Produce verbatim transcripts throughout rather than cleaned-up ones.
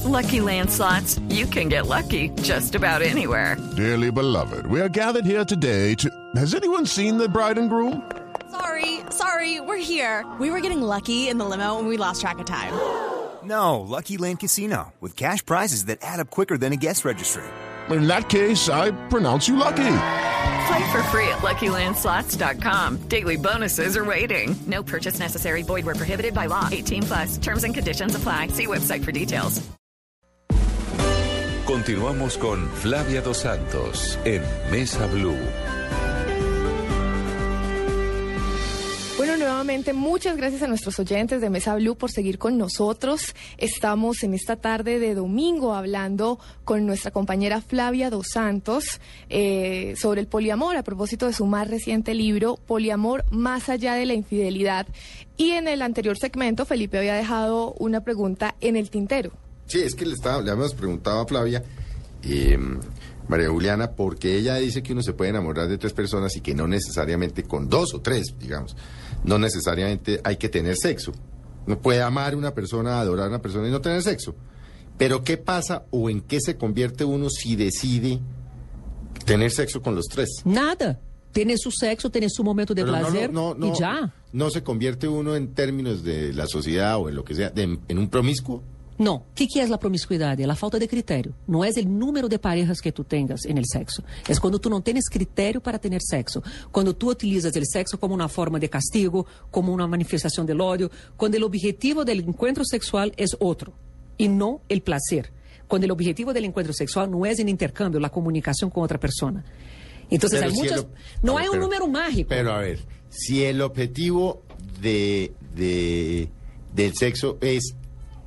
Lucky Land Slots, you can get lucky just about anywhere. Dearly beloved, we are gathered here today to... Has anyone seen the bride and groom? Sorry, sorry, we're here. We were getting lucky in the limo and we lost track of time. No, Lucky Land Casino, with cash prizes that add up quicker than a guest registry. In that case, I pronounce you lucky. Play for free at Lucky Land Slots dot com. Daily bonuses are waiting. No purchase necessary. Void where prohibited by law. eighteen plus. Terms and conditions apply. See website for details. Continuamos con Flavia Dos Santos en Mesa Blue. Bueno, nuevamente muchas gracias a nuestros oyentes de Mesa Blue por seguir con nosotros. Estamos en esta tarde de domingo hablando con nuestra compañera Flavia Dos Santos eh, sobre el poliamor a propósito de su más reciente libro, Poliamor más allá de la infidelidad. Y en el anterior segmento, Felipe había dejado una pregunta en el tintero. Sí, es que le, estaba, le habíamos preguntado a Flavia, eh, María Juliana, porque ella dice que uno se puede enamorar de tres personas y que no necesariamente con dos o tres, digamos, no necesariamente hay que tener sexo. Uno puede amar a una persona, adorar a una persona y no tener sexo. Pero ¿qué pasa o en qué se convierte uno si decide tener sexo con los tres? Nada. Tiene su sexo, tiene su momento de Pero placer no, no, no, y no, ya. ¿No se convierte uno en términos de la sociedad o en lo que sea, de, en un promiscuo? Não. O que, que é a promiscuidade? É a falta de critério. Não é o número de parejas que tu tenhas en el sexo. É quando tu não tens critério para ter sexo. Quando tu utilizas o sexo como uma forma de castigo, como uma manifestação de ódio, quando o objetivo do encontro sexual é outro e não o placer. Quando o objetivo do encontro sexual não é o intercâmbio, a comunicação com outra pessoa. Então, há si muitas... el, não ver, há um pero, número mágico. Pero a ver, si el objetivo de, de del sexo es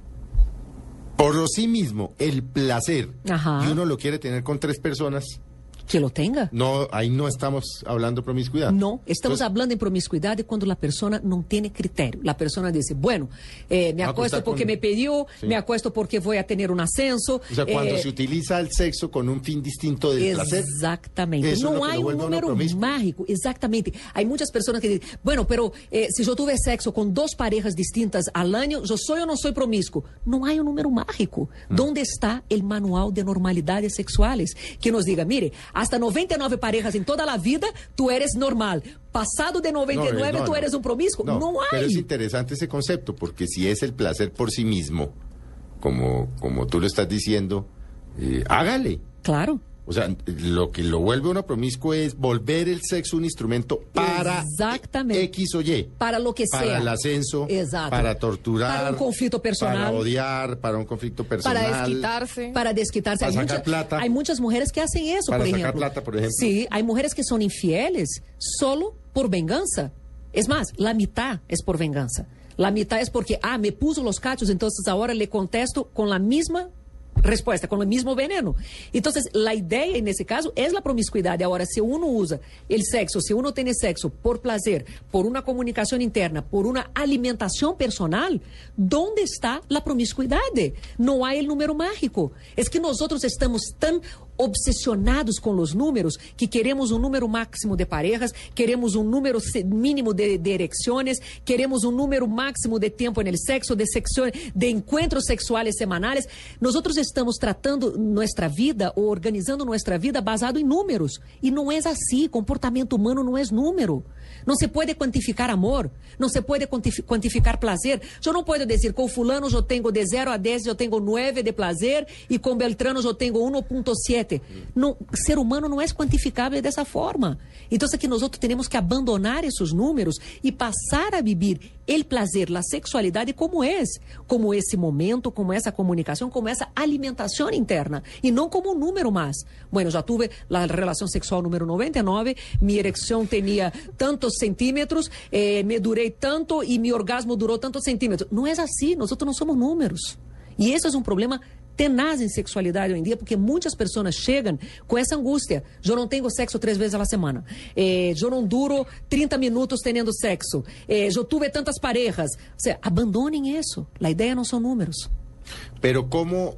por sí mismo el placer, Ajá. y uno lo quiere tener con tres personas, que lo tenga. no, ahí no estamos hablando de promiscuidad. No, estamos Entonces, hablando en promiscuidad cuando la persona no tiene criterio. La persona dice, bueno, eh, me Va a acuesto acostar porque con- me pidió, Sí. me acuesto porque voy a tener un ascenso. O sea, cuando eh, se utiliza el sexo con un fin distinto del placer, Exactamente. eso es No lo que hay lo un vuelve a uno número promiscuo. mágico. Exactamente. Hay muchas personas que dicen, bueno, pero eh, si yo tuve sexo con dos parejas distintas al año, ¿yo soy o no soy promiscuo? No hay un número mágico. Mm. ¿Dónde está el manual de normalidades sexuales? Que nos diga, mire, hasta noventa y nueve parejas en toda la vida, tú eres normal. Pasado de noventa y nueve, No, no, tú no. eres un promiscuo. No, No, hay. pero es interesante ese concepto, porque si es el placer por sí mismo, como, como tú lo estás diciendo, eh, hágale. Claro. O sea, lo que lo vuelve uno promiscuo es volver el sexo un instrumento para Exactamente. X o Y. Para lo que Para sea. el ascenso, Exacto. para torturar, Para un conflicto personal. para odiar, para un conflicto personal. Para desquitarse. Para desquitarse. Para hay, sacar mucha- plata. hay muchas mujeres que hacen eso, Para por sacar ejemplo. plata, por ejemplo. Sí, hay mujeres que son infieles solo por venganza. Es más, la mitad es por venganza. La mitad es porque, ah, me puso los cachos, entonces ahora le contesto con la misma respuesta, con el mismo veneno. Entonces, la idea en ese caso es la promiscuidad. Ahora, si uno usa el sexo, si uno tiene sexo por placer, por una comunicación interna, por una alimentación personal, ¿dónde está la promiscuidad? No hay el número mágico. Es que nosotros estamos tan obsesionados con los números que queremos un número máximo de parejas, queremos un número se- mínimo de, de erecciones, queremos un número máximo de tiempo en el sexo, de, sexo, de encuentros sexuales semanales. Nosotros estamos tratando nuestra vida o organizando nuestra vida basado en números. Y no es así. Comportamiento humano no es número. No se puede cuantificar amor, no se puede cuantifi- cuantificar placer. Yo no puedo decir, con fulano yo tengo de cero a diez, yo tengo nueve de placer, y con Beltrano yo tengo uno punto siete. No, ser humano no es cuantificable de esa forma. Entonces, que nosotros tenemos que abandonar esos números y pasar a vivir el placer, la sexualidad como es, como ese momento, como esa comunicación, como esa alimentación interna, y no como un número más. Bueno, ya tuve la relación sexual número noventa y nueve, mi erección tenía tantos centímetros, eh, me duré tanto y mi orgasmo duró tantos centímetros. No es así, nosotros no somos números. Y ese es un problema tenaz em sexualidade hoje em dia, porque muitas pessoas chegam com essa angústia. Eu não tenho sexo três vezes a semana. Eh, eu não duro trinta minutos tendo sexo. Eh, eu tuve tantas parejas. O sea, abandonem isso. A ideia não são números. Pero cómo,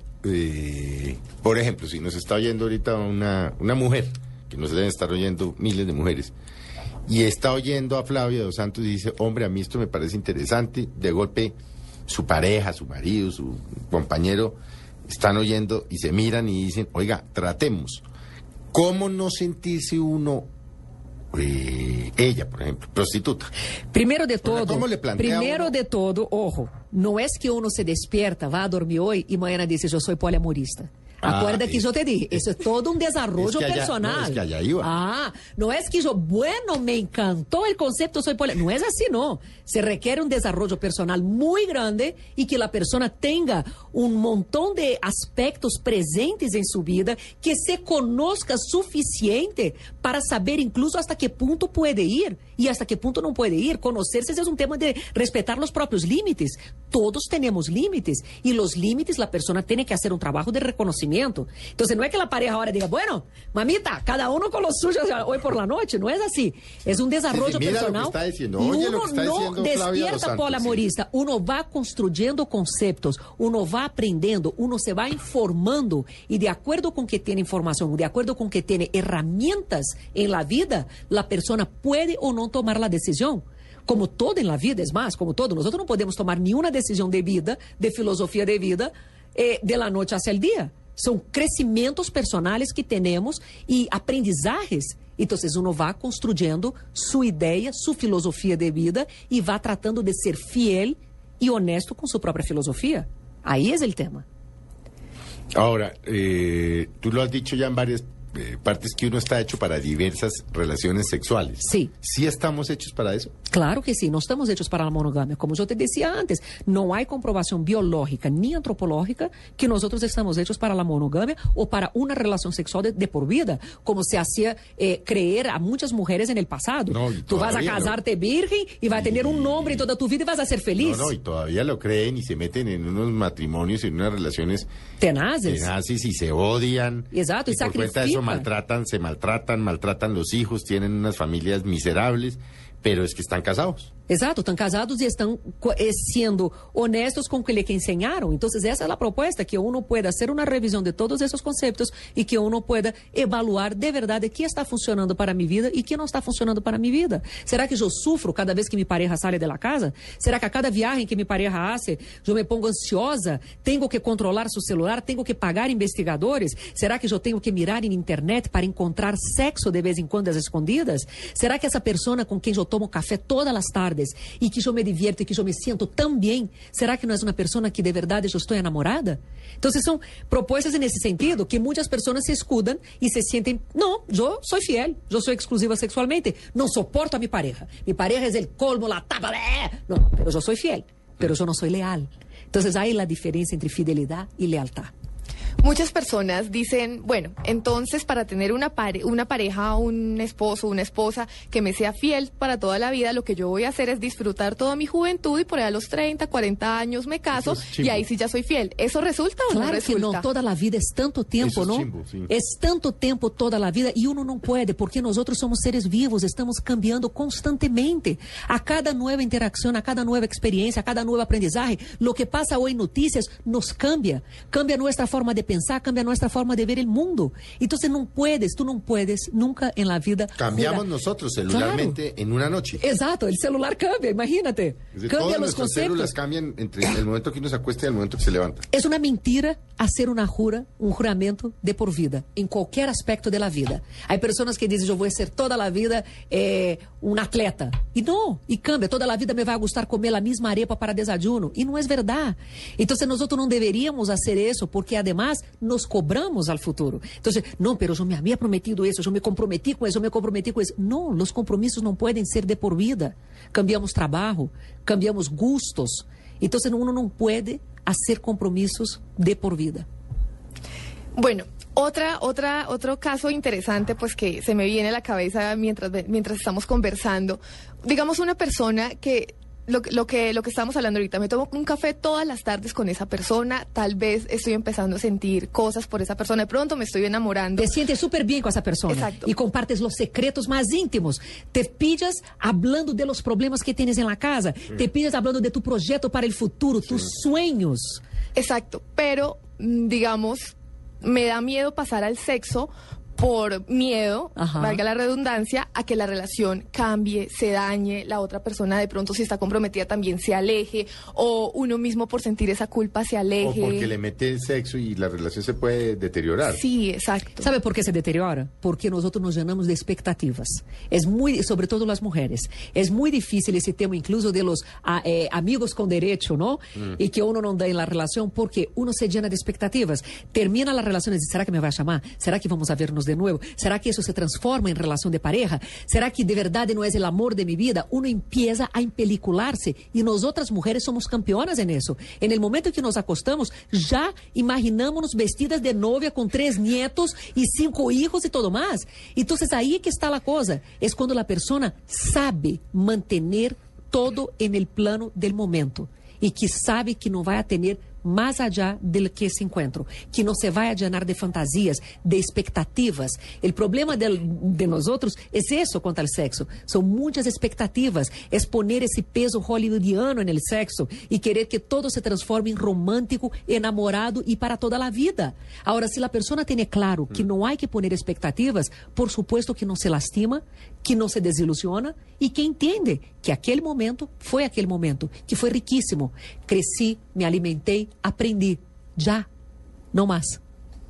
eh, por ejemplo, si nos está oyendo ahorita una, una mujer, que nos deben estar oyendo miles de mujeres, y está oyendo a Flavia Dos Santos y dice, hombre, a mí esto me parece interesante, de golpe su pareja, su marido, su compañero, están oyendo y se miran y dicen, oiga, tratemos. ¿Cómo no sentirse uno, eh, ella, por ejemplo, prostituta? Primeiro de todo, ¿Cómo le plantea primeiro uno? de todo, ojo, não é que uno se despierta, va a dormir hoy y mañana dice, yo soy poliamorista. Ah, Acuerda que es- yo te dije, eso es todo un desarrollo es que allá- personal. no, es que allá iba. Ah, no es que yo, bueno, me encantó el concepto, soy poliamorista. No es así, no. Se requiere un desarrollo personal muy grande y que la persona tenga un montón de aspectos presentes en su vida, que se conozca suficiente para saber incluso hasta qué punto puede ir y hasta qué punto no puede ir. Conocerse es un tema de respetar los propios límites. Todos tenemos límites y los límites la persona tiene que hacer un trabajo de reconocimiento. Entonces no es que la pareja ahora diga, bueno, mamita, cada uno con lo suyo hoy por la noche. No es así. Es un desarrollo Sí, sí, mira lo que personal. está diciendo. Y Oye lo uno que está no diciendo Flavia Dos despierta Santos, poliamorista. Uno va construyendo conceptos, uno va aprendiendo, uno se va informando y de acuerdo con que tiene información, de acuerdo con que tiene herramientas en la vida, la persona puede o no tomar la decisión. Como todo en la vida, es más, como todo, nosotros no podemos tomar ni una decisión de vida, de filosofía de vida, eh, de la noche hacia el día. Son crecimientos personales que tenemos y aprendizajes. Entonces uno va construyendo su idea, su filosofía de vida y va tratando de ser fiel y honesto con su propia filosofía. Ahí es el tema. Ahora, eh, tú lo has dicho ya en varias eh, partes que uno está hecho para diversas relaciones sexuales. Sí. ¿Sí estamos hechos para eso? Claro que sí, no estamos hechos para la monogamia. Como yo te decía antes, no hay comprobación biológica ni antropológica que nosotros estamos hechos para la monogamia o para una relación sexual de, de por vida, como se hacía eh, creer a muchas mujeres en el pasado. No, y Tú vas a todavía, casarte virgen y vas a tener un nombre toda tu vida y vas a ser feliz. No, no, y todavía lo creen y se meten en unos matrimonios y en unas relaciones Tenaces. tenaces y se odian. Exacto, y por cuenta de eso sacrifican. maltratan, se maltratan, maltratan los hijos, tienen unas familias miserables, pero es que están casados. Exato, estão casados e estão co- eh, sendo honestos com o que lhe ensinaram. Então, essa é a proposta, que uno pueda hacer uma revisão de todos esses conceitos e que uno pueda evaluar de verdade o que está funcionando para minha vida e o que não está funcionando para minha vida. Será que eu sufro cada vez que minha pareja sai de la casa? Será que a cada viagem que minha pareja hace, eu me pongo ansiosa? Tenho que controlar seu celular? Tenho que pagar investigadores? Será que eu tenho que mirar em internet para encontrar sexo de vez em quando às escondidas? Será que essa pessoa com quem eu tomo café todas as tardes e que eu me divierto e que eu me sinto tão bem, será que não é uma pessoa que de verdade eu estou enamorada? Então, são propostas nesse sentido que muitas pessoas se escudam e se sentem, não, eu sou fiel, eu sou exclusiva sexualmente, não suporto a minha pareja, minha pareja é o colmo, la tapa, não, mas eu sou fiel, mas eu não sou leal. Então, aí a diferença entre fidelidade e lealtad. Muchas personas dicen, bueno, entonces para tener una, pare una pareja, un esposo, una esposa que me sea fiel para toda la vida, lo que yo voy a hacer es disfrutar toda mi juventud y por ahí a los treinta, cuarenta años me caso Eso es chimbo. y ahí sí ya soy fiel. ¿Eso resulta o no Claro que resulta? não, toda a vida é tanto tempo, Eso es não? chimbo, sim. É tanto tempo toda a vida e uno não pode, porque nós outros somos seres vivos, estamos cambiando constantemente. A cada nova interação, a cada nova experiência, a cada novo aprendizagem, lo que passa hoje em notícias nos cambia. Cambia nossa forma de pensar, cambia nossa forma de ver o mundo. Então, não puedes, tu não puedes nunca em la vida. Cambiamos jurar- nosotros celularmente en una noche. Exato, o celular cambia, imagínate. Es decir, Cambia todas os nuestras células conceitos. cambian entre el momento que uno se acuesta y el momento que se levanta. É uma mentira hacer uma jura, um juramento de por vida, em qualquer aspecto da vida. Há pessoas que dizem, eu vou ser toda a vida eh, um atleta. E não, e cambia, toda a vida me vai gostar comer a mesma arepa para desayuno. E não é verdade. Então, nós não deveríamos fazer isso, porque, además, nos cobramos ao futuro. Então, não, pero eu me havia prometido isso, eu me comprometi com isso, eu me comprometi com isso. Não, os compromissos não podem ser de por vida. Cambiamos trabalho, cambiamos gustos. Então, uno não pode hacer compromissos de por vida. Bueno, otra, otra, otro caso interesante, pues que se me viene a la cabeza mientras, mientras estamos conversando. Digamos una persona que lo, lo que lo que estamos hablando ahorita, me tomo un café todas las tardes con esa persona, tal vez estoy empezando a sentir cosas por esa persona, de pronto me estoy enamorando. Te sientes súper bien con esa persona. Exacto. Y compartes los secretos más íntimos. Te pillas hablando de los problemas que tienes en la casa. Te pillas hablando de tu proyecto para el futuro, tus sueños. Exacto, pero mm, digamos, me da miedo pasar al sexo por miedo, Ajá. valga la redundancia, a que la relación cambie, se dañe, la otra persona de pronto si está comprometida también se aleje, o uno mismo por sentir esa culpa se O aleje. porque le mete el sexo y la relación se puede deteriorar. Sí, exacto. ¿Sabe por qué se deteriora? Porque nosotros nos llenamos de expectativas. Es muy, sobre todo las mujeres, es muy difícil ese tema incluso de los a, eh, amigos con derecho, ¿no? Mm. Y que uno no da en la relación porque uno se llena de expectativas. Termina la relación y dice, ¿será que me va a llamar? ¿Será que vamos a vernos de nuevo? ¿Será que eso se transforma en relación de pareja? ¿Será que de verdad no es el amor de mi vida? Uno empieza a empelicularse y nosotras mujeres somos campeonas en eso. En el momento que nos acostamos, ya imaginamos vestidas de novia con tres nietos y cinco hijos y todo más. Entonces ahí es que está la cosa. Es cuando la persona sabe mantener todo en el plano del momento y que sabe que no va a tener más allá del que ese encuentro, que no se vaya a llenar de fantasías, de expectativas. El problema de, de nosotros es eso contra el sexo, son muchas expectativas, es poner ese peso hollywoodiano en el sexo y querer que todo se transforme en romántico, enamorado y para toda la vida. Ahora, si la persona tiene claro que no hay que poner expectativas, por supuesto que no se lastima, que no se desilusiona y que entiende que aquel momento fue aquel momento, que fue riquísimo. Crecí, me alimenté, aprendí, ya, no más.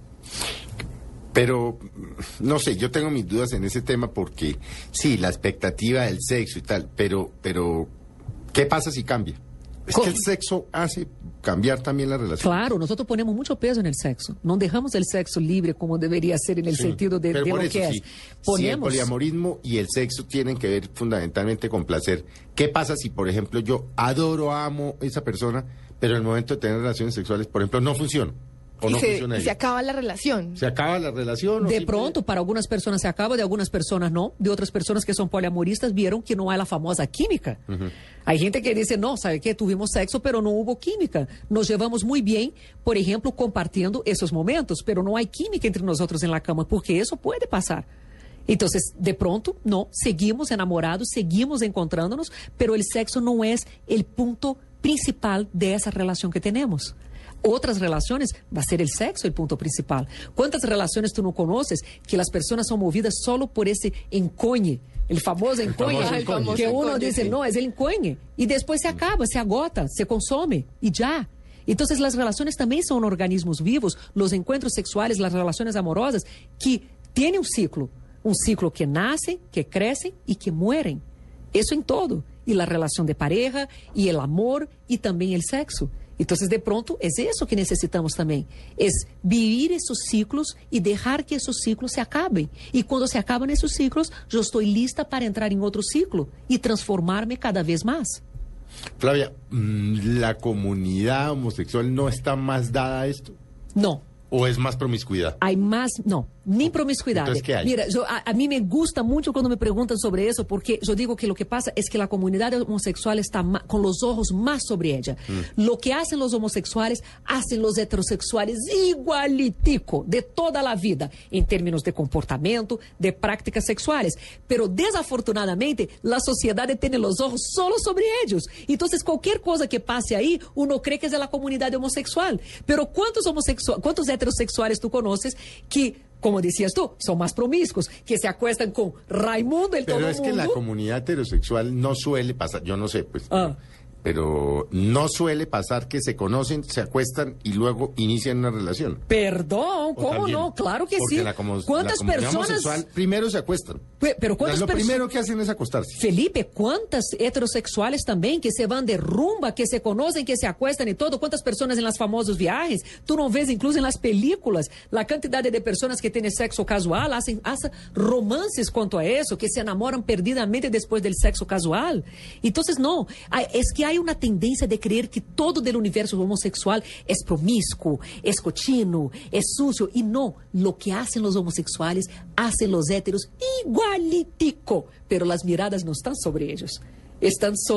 Pero, no sé, yo tengo mis dudas en ese tema porque, sí, la expectativa del sexo y tal, pero, pero, ¿qué pasa si cambia? Es ¿Cómo? que el sexo hace cambiar también la relación. Claro, nosotros ponemos mucho peso en el sexo. No dejamos el sexo libre como debería ser en el Sí, sentido de, pero de por lo eso, que sí, es. Si el Ponemos... poliamorismo y el sexo tienen que ver fundamentalmente con placer. ¿Qué pasa si, por ejemplo, yo adoro, amo a esa persona, pero en el momento de tener relaciones sexuales, por ejemplo, no funciona? ¿O y no se, funciona y ahí? se acaba la relación. ¿Se acaba la relación? o De simple- pronto, para algunas personas se acaba, de algunas personas no. De otras personas que son poliamoristas vieron que no hay la famosa química. Uh-huh. Hay gente que dice, no, ¿sabe qué? Tuvimos sexo, pero no hubo química. Nos llevamos muy bien, por ejemplo, compartiendo esos momentos, pero no hay química entre nosotros en la cama, porque eso puede pasar. Entonces, de pronto, no, seguimos enamorados, seguimos encontrándonos, pero el sexo no es el punto principal de esa relación que tenemos. Otras relaciones va a ser el sexo el punto principal. ¿Cuántas relaciones tú no conoces que las personas son movidas solo por ese encoñe? El famoso encoñe, famoso encoñe. que uno encoñe, dice, sí. no, es el encoñe. Y después se acaba, se agota, se consume y ya. Entonces las relaciones también son organismos vivos, los encuentros sexuales, las relaciones amorosas, que tienen un ciclo. Un ciclo que nace, que crece y que mueren. Eso en todo. Y la relación de pareja, y el amor, y también el sexo. Entonces, de pronto, es eso que necesitamos también. Es vivir esos ciclos y dejar que esos ciclos se acaben. Y cuando se acaban esos ciclos, yo estoy lista para entrar en otro ciclo y transformarme cada vez más. Flavia, ¿la comunidad homosexual no está más dada a esto? No. ¿O es más promiscuidad? Hay más, no, ni promiscuidad. Entonces, ¿qué hay? Mira, yo, a, a mí me gusta mucho cuando me preguntan sobre eso, porque yo digo que lo que pasa es que la comunidad homosexual está ma, con los ojos más sobre ella. Mm. Lo que hacen los homosexuales, hacen los heterosexuales igualitico, de toda la vida, en términos de comportamiento, de prácticas sexuales. Pero desafortunadamente, la sociedad tiene los ojos solo sobre ellos. Entonces, cualquier cosa que pase ahí, uno cree que es de la comunidad homosexual. Pero ¿cuántos homosexuales, cuántos heterosexuales tú conoces que, como decías tú, son más promiscuos, que se acuestan con Raimundo, el todo Pero mundo? es que en la comunidad heterosexual no suele pasar, yo no sé, pues, Ah. pero no suele pasar que se conocen, se acuestan y luego inician una relación. Perdón, O ¿cómo también, no? Claro que porque sí. la como- ¿Cuántas la comunidad personas? homosexual primero se acuestan. Pe- Pero ¿cuántas Lo personas? primero que hacen es acostarse. Felipe, ¿cuántas heterosexuales también que se van de rumba, que se conocen, que se acuestan y todo? ¿Cuántas personas en los famosos viajes? Tú no ves incluso en las películas la cantidad de personas que tienen sexo casual, hacen, hacen romances cuanto a eso, que se enamoran perdidamente después del sexo casual. Entonces, no, hay- es que hay una tendencia de creer que todo del universo homosexual es promiscuo, es cochino, es sucio. Y no, lo que hacen los homosexuales, hacen los héteros igualitico. Pero las miradas no están sobre ellos, están sobre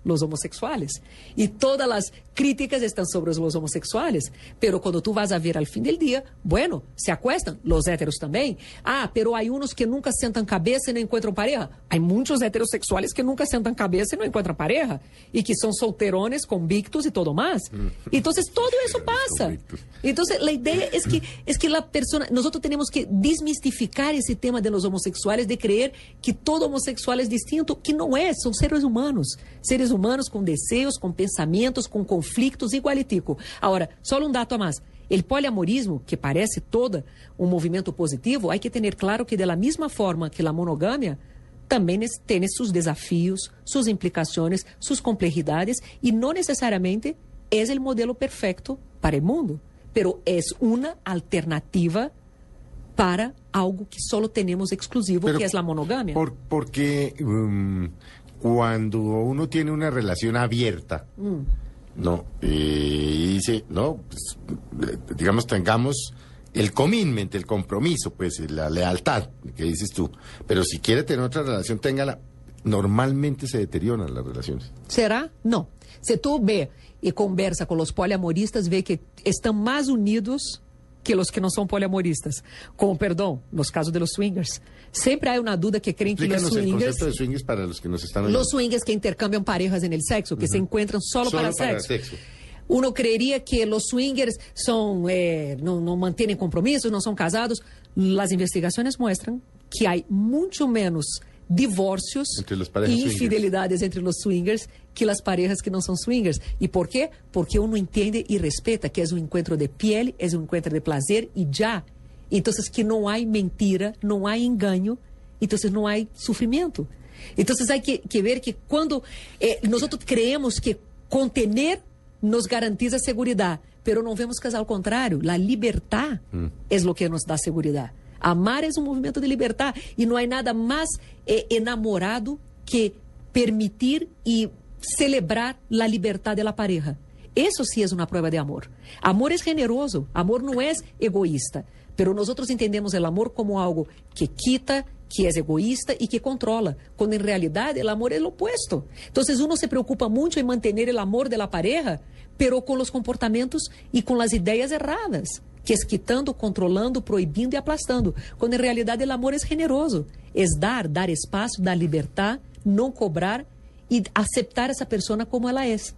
los homosexuales. Y todas las críticas están sobre los homosexuales. Pero cuando tú vas a ver al fin del día, bueno, se acuestan, los héteros también. Ah, pero hay unos que nunca sentan cabeza y no encuentran pareja. Hay muchos heterosexuales que nunca sentan cabeza y no encuentran pareja. Y que son solterones, convictos y todo más. Entonces, todo eso pasa. Entonces, la idea es que, es que la persona, nosotros tenemos que desmistificar ese tema de los homosexuales, de creer que todo homosexual es distinto, que no es, son seres humanos. Seres humanos con deseos, con pensamientos, con conflictos, igualitico. Ahora, solo un dato a más. El poliamorismo, que parece todo un movimiento positivo, hay que tener claro que de la misma forma que la monogamia, también es, tiene sus desafíos, sus implicaciones, sus complejidades, y no necesariamente es el modelo perfecto para el mundo, pero es una alternativa para algo que solo tenemos exclusivo, Pero, que es la monogamia. Por, porque um, cuando uno tiene una relación abierta, mm. no, y dice, no, pues, digamos, tengamos el commitment, el compromiso, pues, la lealtad, que dices tú. Pero si quiere tener otra relación, téngala. Normalmente se deterioran las relaciones. ¿Será? No. Si tú ve y conversa con los poliamoristas, ve que están más unidos que los que no son poliamoristas. Como, perdón, los casos de los swingers. Siempre hay una duda que creen que los swingers... el concepto de swingers para los que nos están oyendo. Los swingers que intercambian parejas en el sexo, que uh-huh. se encuentran solo, solo para, para sexo. sexo. Uno creería que los swingers son, eh, no, no mantienen compromisos, no son casados. Las investigaciones muestran que hay mucho menos divorcios e infidelidades entre los swingers que las parejas que no son swingers. ¿Y por qué? Porque uno entiende y respeta que es un encuentro de piel, es un encuentro de placer y ya. Entonces que no hay mentira, no hay engaño, entonces no hay sufrimiento. Entonces hay que, que ver que cuando eh, nosotros creemos que contener nos garantiza seguridad, pero no vemos que es al contrario. La libertad mm. es lo que nos da seguridad. Amar es un movimiento de libertad y no hay nada más eh, enamorado que permitir y celebrar la libertad de la pareja. Eso sí es una prueba de amor. Amor es generoso, amor no es egoísta, pero nosotros entendemos el amor como algo que quita, que es egoísta y que controla, cuando en realidad el amor es lo opuesto. Entonces uno se preocupa mucho en mantener el amor de la pareja, pero con los comportamientos y con las ideas erradas, que es quitando, controlando, prohibindo y aplastando, cuando en realidad el amor es generoso, es dar, dar espacio, dar libertad, no cobrar y aceptar a esa persona como ella es.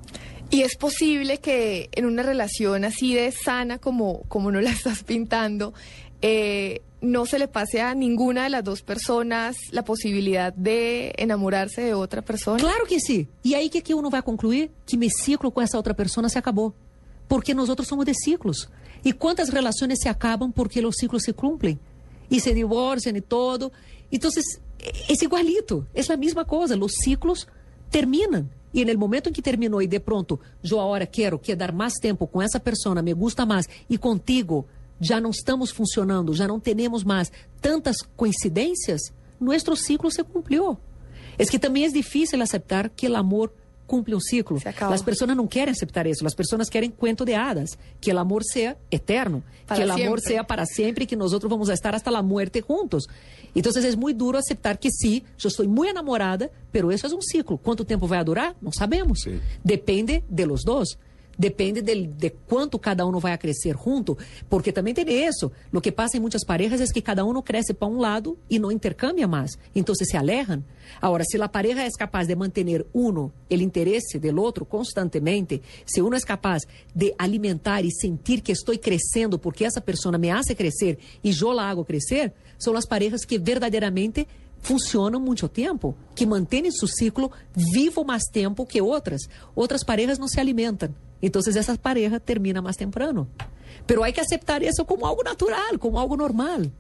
Y es posible que en una relación así de sana como, como no la estás pintando, eh, no se le pase a ninguna de las dos personas la posibilidad de enamorarse de otra persona. Claro que sí. Y ahí que, que uno va a concluir que mi ciclo con esa otra persona se acabó. Porque nosotros somos de ciclos. ¿Y cuántas relaciones se acaban porque los ciclos se cumplen? Y se divorcian y todo. Entonces, es igualito. Es la misma cosa. Los ciclos terminan. Y en el momento en que terminó y de pronto yo ahora quiero quedar más tiempo con esa persona, me gusta más, y contigo ya no estamos funcionando, ya no tenemos más tantas coincidencias, nuestro ciclo se cumplió. Es que también es difícil aceptar que el amor cumple un ciclo. Las personas no quieren aceptar eso, las personas quieren cuento de hadas, que el amor sea eterno, para que el siempre. amor sea para siempre y que nosotros vamos a estar hasta la muerte juntos. Entonces es muy duro aceptar que sí, yo estoy muy enamorada, pero eso es un ciclo. ¿Cuánto tiempo va a durar? No sabemos. Sí. Depende de los dos. Depende de, de cuánto cada uno va a crecer junto, porque también tiene eso. Lo que pasa en muchas parejas es que cada uno crece para un lado y no intercambia más, entonces se alejan. Ahora, si la pareja es capaz de mantener uno el interés del otro constantemente, si uno es capaz de alimentar y sentir que estoy creciendo porque esa persona me hace crecer y yo la hago crecer, son las parejas que verdaderamente funcionam muito tempo, que mantêm seu ciclo vivo mais tempo que outras. Outras parejas não se alimentam. Então, essa pareja termina mais temprano. Pero hay que aceptar eso como algo natural, como algo normal.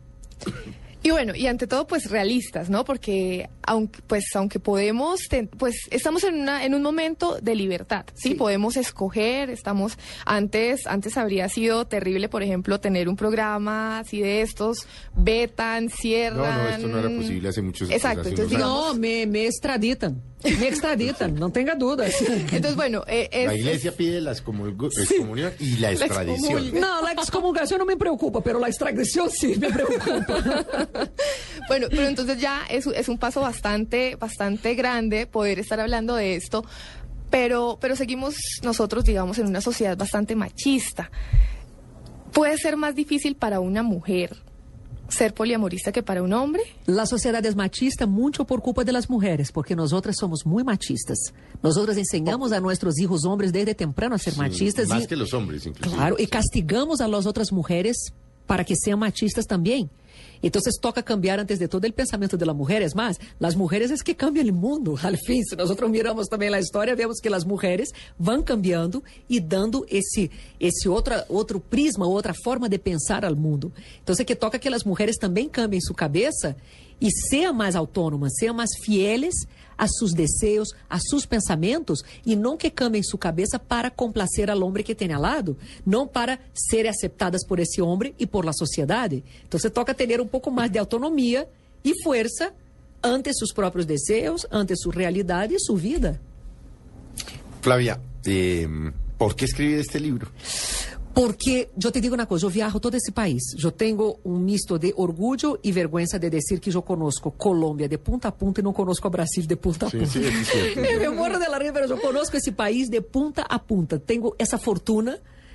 Y bueno, y ante todo, pues realistas, ¿no? Porque aunque, pues, aunque podemos, ten, pues estamos en una, en un momento de libertad, ¿sí? Sí. Podemos escoger, estamos, antes, antes habría sido terrible, por ejemplo, tener un programa así de estos, vetan, cierran. No, no, esto no era posible hace muchos años. Exacto, entonces digamos... No, me, me extraditan. Me extraditan, no tenga dudas. Entonces, bueno... Eh, es, la iglesia pide la excomunión sí. y la extradición. La no, la excomulgación no me preocupa, pero la extradición sí me preocupa. Bueno, pero entonces ya es, es un paso bastante, bastante grande poder estar hablando de esto, pero, pero seguimos nosotros, digamos, en una sociedad bastante machista. ¿Puede ser más difícil para una mujer ser poliamorista que para un hombre? La sociedad es machista mucho por culpa de las mujeres, porque nosotras somos muy machistas. Nosotras enseñamos a nuestros hijos hombres desde temprano a ser Sí, machistas. más y, que los hombres, inclusive. Claro, y castigamos a las otras mujeres para que sean machistas también. Entonces toca cambiar antes de todo el pensamiento de la mujer. Es más, las mujeres es que cambian el mundo. Al fin, si nosotros miramos también la historia, vemos que las mujeres van cambiando y dando ese, ese otra, otro prisma, otra forma de pensar al mundo. Entonces que toca que las mujeres también cambien su cabeza y sean más autónomas, sean más fieles a sus deseos, a sus pensamentos, y no que cambien su cabeza para complacer al hombre que tiene al lado, no para ser aceptadas por ese hombre y por la sociedad. Entonces toca tener un poco más de autonomía y fuerza ante sus propios deseos, ante su realidad y su vida. Flavia, eh, ¿por qué escribir este libro? Porque, yo te digo una cosa, yo viajo todo ese país. Yo tengo un misto de orgullo y vergüenza de decir que yo conozco Colombia de punta a punta y no conozco a Brasil de punta a Sí, punta. sí, es cierto. Me muero de la risa, pero yo conozco ese país de punta a punta. Tengo esa fortuna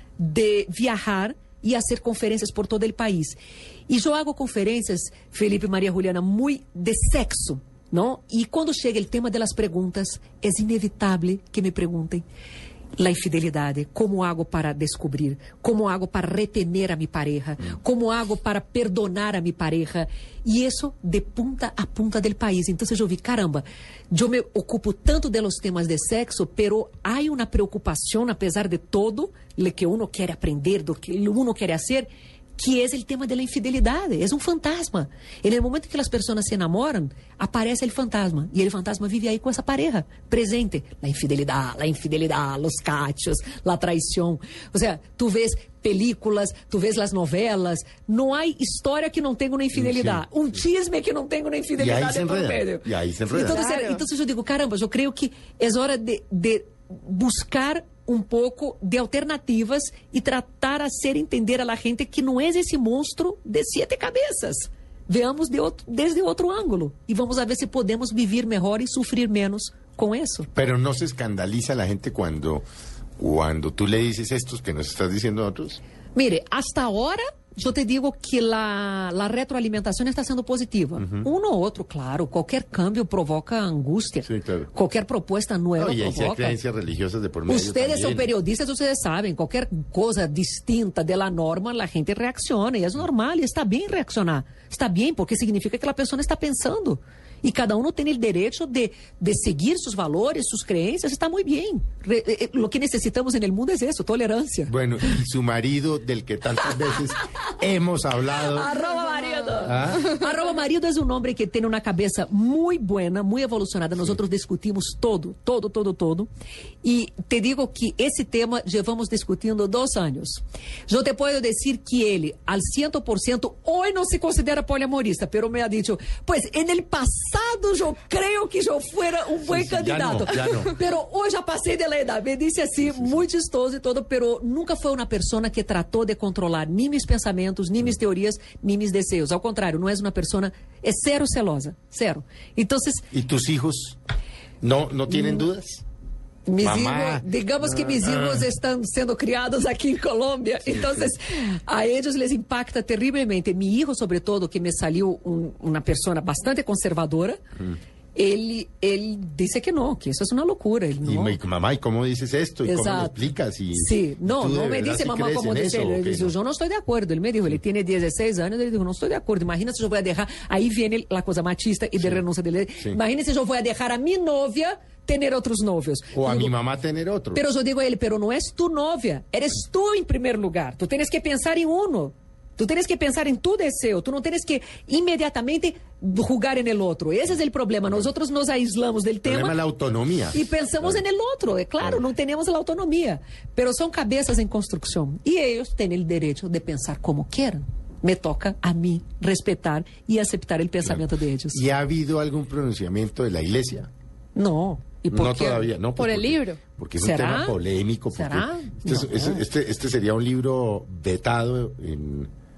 de viajar y hacer conferencias por todo el país. Y yo hago conferencias, Felipe y María Juliana, muy de sexo, ¿no? Y cuando llega el tema de las preguntas, es inevitable que me pregunten la infidelidad, como hago para descobrir, como hago para retener a mi pareja, como hago para perdonar a mi pareja, y eso de punta a punta del país. Entonces yo vi, caramba, yo me ocupo tanto de los temas de sexo, pero hay una preocupación, a pesar de todo, lo que uno quiere aprender, lo que uno quiere hacer, que es el tema de la infidelidad, es un fantasma. En el momento que las personas se enamoran, aparece el fantasma, y el fantasma vive ahí con esa pareja, presente. La infidelidad, la infidelidad, los cachos, la traición. O sea, tú ves películas, tú ves las novelas, no hay historia que no tenga una infidelidad, Sí. un chisme que no tenga una Y infidelidad ahí se de por enredan, medio. y ahí se enredan. Entonces, Claro. entonces yo digo, caramba, yo creo que es hora de, de buscar um pouco de alternativas e tratar a hacer entender a la gente que não é esse monstro de siete cabeças. Veamos de outro, desde outro ângulo e vamos a ver se podemos viver melhor e sofrer menos com isso. Pero no se escandaliza la gente cuando, cuando tú le dices estos que nos estás diciendo a otros. Mire, hasta ahora eu te digo que la, la retroalimentação está sendo positiva. Uh-huh. Um ou outro, claro, qualquer cambio provoca angústia. Sí, claro. Qualquer propuesta nueva No, y hay provoca. creencias religiosas de por medio Ustedes son también. periodistas, ustedes saben, qualquer coisa distinta de la norma, la gente reacciona, e é normal, e está bem reaccionar. Está bem, porque significa que a pessoa está pensando. E cada um tem o direito de, de seguir seus valores, suas crenças, está muito bem. Re, eh, lo que necessitamos no mundo é isso, tolerância. Bueno, y su marido, del que tantas veces hemos hablado. Arroba marido. ¿Ah? Arroba marido é um homem que tem uma cabeça muito buena, muito evolucionada. Nós outros discutimos todo, todo, todo, todo. E te digo que esse tema levamos discutindo dois anos. Eu te posso dizer que ele, al cem por cento, hoje não se considera poliamorista, pero me ha dicho, pues, en el passado eu creio que eu fuera um bom Sí, sí, ya candidato. no, ya no. Pero hoje já passei de la edad. Me disse assim, muito chistoso e todo, pero nunca foi uma pessoa que tratou de controlar nem meus pensamentos, nem minhas teorias, nem meus desejos. Ao contrário, não é uma pessoa, é zero celosa, zero. Então, ¿Y tus hijos no, no tienen dudas? mis Mamá. hijos, digamos que mis hijos estão sendo criados aqui em Colômbia, então a eles les impacta terrivelmente. Mi hijo, sobre todo, que me saliu um, uma pessoa bastante conservadora, hum. Ele, ele disse que não, que isso é uma loucura. Ele y, não... y mamá, ¿y cómo dices esto? ¿Y Exato. cómo lo explicas? Y, Sí, no, ¿tú de no me verdad dice sí mamá crees como en dice eso, él. o Él qué dice, no? yo no estoy de acuerdo. Él me dijo, ele tiene dieciséis anos, ele dijo, não estou de acordo. Imagina se eu vou deixar, aí vem a coisa machista e de renúncia dele. Sí. Imagina se eu vou deixar a minha novia tener outros novios. O a Digo, mi mamá tener otro. Pero eu digo a ele, pero não és tu novia, eres tu em primeiro lugar. Tu tens que pensar em uno. Tu tens que pensar em tu deseo. Tu não tens que imediatamente jugar en el outro. Esse é o problema. Nós outros nos aislamos del El problema tema es la autonomía. e pensamos Claro. en el outro. É claro, não temos a autonomia. Pero são cabeças em construção. E eles têm o direito de pensar como queiram. Me toca a mim respeitar e aceitar o pensamento Claro. deles. ¿Y ha habido algún pronunciamiento de la iglesia? Não. E por No quê? todavía, no. Por pues el porque- libro. Porque es un ¿Será? tema polémico. Porque ¿Será? Este, es- No. es- este, este sería un libro vetado en,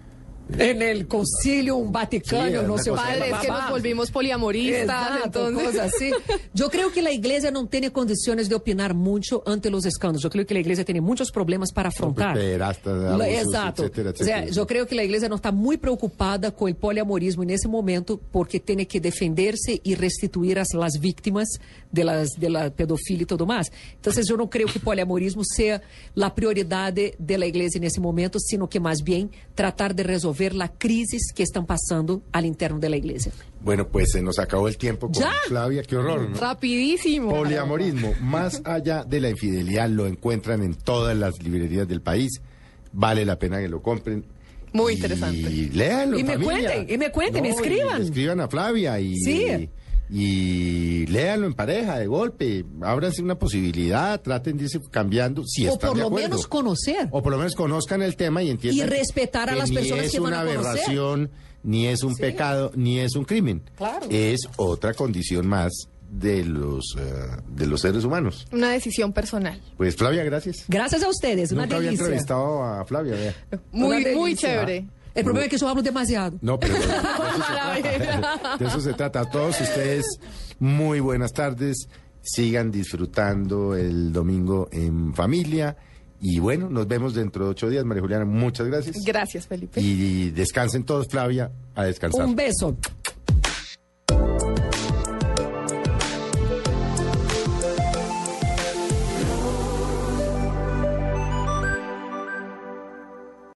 En el concilio, un Vaticano, Sí, no una sé. cosa Padre, es que nos volvimos poliamoristas, Exato, entonces... cosas así. Yo creo que la iglesia no tiene condiciones de opinar mucho ante los escándalos. Yo creo que la iglesia tiene muchos problemas para afrontar. Pederastas, La- abusos, Exato. etcétera, O sea, etcétera. yo creo que la iglesia no está muy preocupada con el poliamorismo en ese momento porque tiene que defenderse y restituir a las víctimas de, las, de la pedofilia y todo más. Entonces, yo no creo que el poliamorismo sea la prioridad de, de la iglesia en ese momento, sino que más bien tratar de resolver la crisis que están pasando al interno de la iglesia. Bueno, pues se nos acabó el tiempo con ¿Ya? Flavia, qué horror, ¿no? Rapidísimo. Poliamorismo, más allá de la infidelidad, lo encuentran en todas las librerías del país. Vale la pena que lo compren. Muy Y interesante. léanlo, Y me familia. cuenten, y me cuenten, me y escriban. escriban a Flavia y, Sí. y léanlo en pareja, de golpe. Ábranse una posibilidad, traten de irse cambiando si O están por de lo acuerdo. menos conocer. O por lo menos conozcan el tema y entiendan. Y respetar a las personas ni es que van una a conocer. aberración, ni es un pecado, ni es un crimen. Claro. Es otra condición más de los eh, de los seres humanos. Una decisión personal. Pues Flavia, gracias. Gracias a ustedes, una Nunca había delicia. entrevistado a Flavia, vea. Muy, Una muy delicia. chévere. El problema es que yo hablo demasiado. No, pero de eso, se trata. De eso se trata. A todos ustedes, muy buenas tardes. Sigan disfrutando el domingo en familia. Y bueno, nos vemos dentro de ocho días. María Juliana, muchas gracias. Gracias, Felipe. Y descansen todos, Flavia, a descansar. Un beso.